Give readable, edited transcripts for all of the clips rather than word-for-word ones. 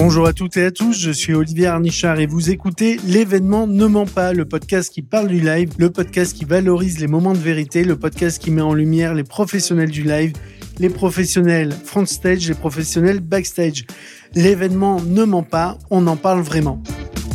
Bonjour à toutes et à tous, je suis Olivier Arnichard et vous écoutez L'événement ne ment pas, le podcast qui parle du live, le podcast qui valorise les moments de vérité, le podcast qui met en lumière les professionnels du live, les professionnels front stage, les professionnels backstage. L'événement ne ment pas, on en parle vraiment.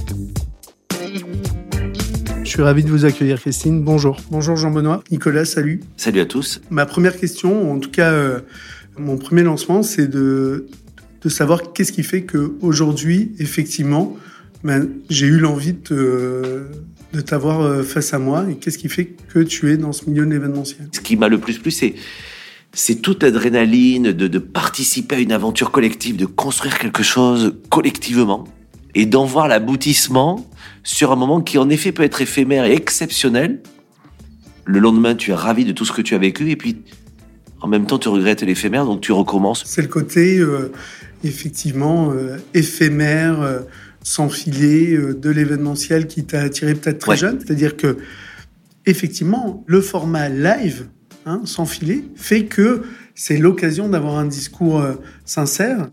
Je suis ravi de vous accueillir, Christine. Bonjour. Bonjour Jean-Benoît. Nicolas, salut. Salut à tous. Ma première question, en tout cas mon premier lancement, c'est de savoir qu'est-ce qui fait qu'aujourd'hui, effectivement, j'ai eu l'envie de t'avoir face à moi et qu'est-ce qui fait que tu es dans ce milieu de l'événementiel. Ce qui m'a le plus plu, c'est toute l'adrénaline de participer à une aventure collective, de construire quelque chose collectivement et d'en voir l'aboutissement sur un moment qui en effet peut être éphémère et exceptionnel. Le lendemain, tu es ravi de tout ce que tu as vécu et puis en même temps, tu regrettes l'éphémère, donc tu recommences. C'est le côté effectivement éphémère, sans filet de l'événementiel qui t'a attiré peut-être très jeune. C'est-à-dire que effectivement, le format live, sans filet, fait que c'est l'occasion d'avoir un discours sincère.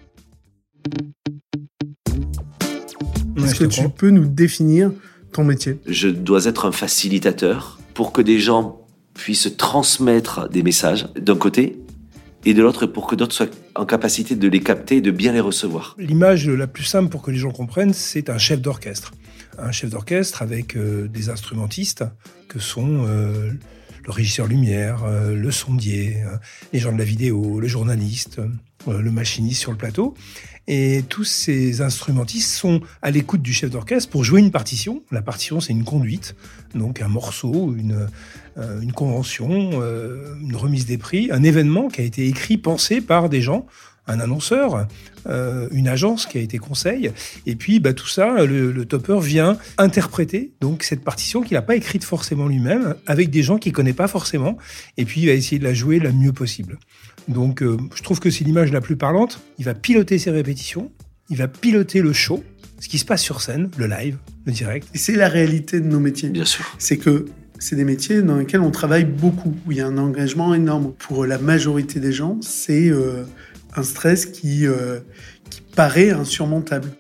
Est-ce que tu peux nous définir ton métier ? Je dois être un facilitateur pour que des gens puissent transmettre des messages d'un côté et de l'autre pour que d'autres soient en capacité de les capter et de bien les recevoir. L'image la plus simple pour que les gens comprennent, c'est un chef d'orchestre. Un chef d'orchestre avec des instrumentistes que sont le régisseur lumière, le sondier, les gens de la vidéo, le journaliste, le machiniste sur le plateau. Et tous ces instrumentistes sont à l'écoute du chef d'orchestre pour jouer une partition. La partition, c'est une conduite, donc un morceau, une convention, une remise des prix, un événement qui a été écrit, pensé par des gens, un annonceur, une agence qui a été conseil. Et puis, tout ça, le topper vient interpréter donc cette partition qu'il n'a pas écrite forcément lui-même, avec des gens qu'il ne connaît pas forcément. Et puis, il va essayer de la jouer le mieux possible. Donc, je trouve que c'est l'image la plus parlante. Il va piloter ses répétitions, il va piloter le show, ce qui se passe sur scène, le live, le direct. Et c'est la réalité de nos métiers. Bien sûr. C'est que c'est des métiers dans lesquels on travaille beaucoup, où il y a un engagement énorme. Pour la majorité des gens, c'est un stress qui paraît insurmontable.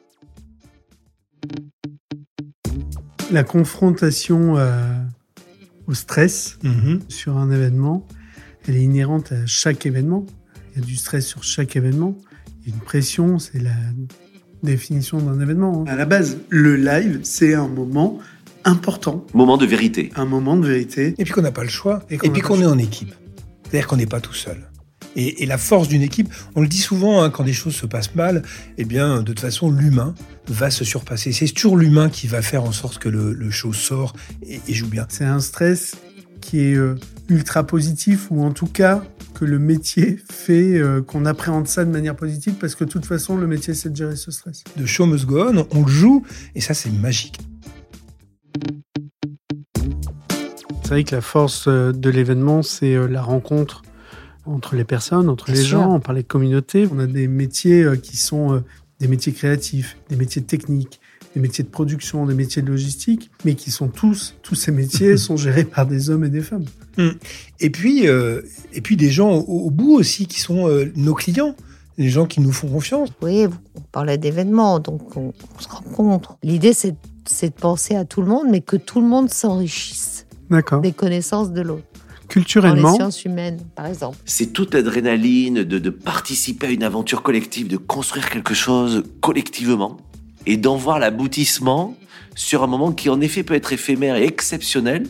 La confrontation au stress sur un événement, elle est inhérente à chaque événement. Il y a du stress sur chaque événement. Il y a une pression, c'est la définition d'un événement. À la base, le live, c'est un moment important. Moment de vérité. Un moment de vérité. Et puis qu'on n'a pas le choix. Et puis qu'on est en équipe. C'est-à-dire qu'on n'est pas tout seul. Et la force d'une équipe, on le dit souvent, quand des choses se passent mal, de toute façon, l'humain va se surpasser. C'est toujours l'humain qui va faire en sorte que le show sort et joue bien. C'est un stress qui est ultra positif, ou en tout cas que le métier fait qu'on appréhende ça de manière positive, parce que de toute façon, le métier, c'est de gérer ce stress. The show must go on, on le joue, et ça, c'est magique. C'est vrai que la force de l'événement, c'est la rencontre entre les personnes, entre les gens. On parlait de communauté. On a des métiers qui sont des métiers créatifs, des métiers techniques, des métiers de production, des métiers de logistique, mais qui sont tous ces métiers sont gérés par des hommes et des femmes. Et puis des gens au bout aussi qui sont nos clients, les gens qui nous font confiance. Oui, on parlait d'événements, donc on se rencontre. L'idée, c'est de penser à tout le monde, mais que tout le monde s'enrichisse des connaissances de l'autre. Culturellement, dans les sciences humaines, par exemple. C'est toute l'adrénaline de participer à une aventure collective, de construire quelque chose collectivement et d'en voir l'aboutissement sur un moment qui en effet peut être éphémère et exceptionnel.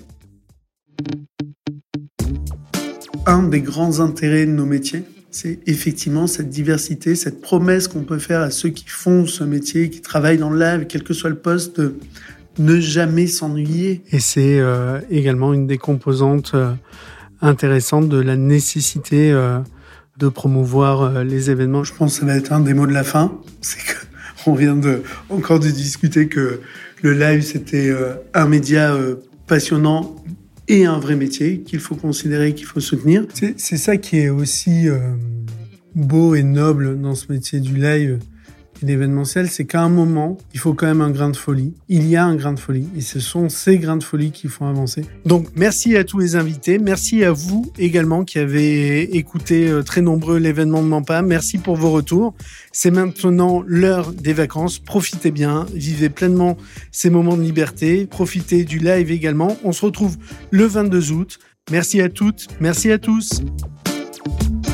Un des grands intérêts de nos métiers, c'est effectivement cette diversité, cette promesse qu'on peut faire à ceux qui font ce métier, qui travaillent dans le live, quel que soit le poste, de ne jamais s'ennuyer. Et c'est également une des composantes intéressantes de la nécessité de promouvoir les événements. Je pense que ça va être un des mots de la fin. C'est qu'on vient encore de discuter que le live, c'était un média passionnant et un vrai métier qu'il faut considérer, qu'il faut soutenir. C'est ça qui est aussi beau et noble dans ce métier du live, Et l'événementiel, c'est qu'à un moment, il faut quand même un grain de folie. Il y a un grain de folie et ce sont ces grains de folie qui font avancer. Donc, merci à tous les invités. Merci à vous également qui avez écouté très nombreux l'événement de Mampa. Merci pour vos retours. C'est maintenant l'heure des vacances. Profitez bien, vivez pleinement ces moments de liberté. Profitez du live également. On se retrouve le 22 août. Merci à toutes, merci à tous.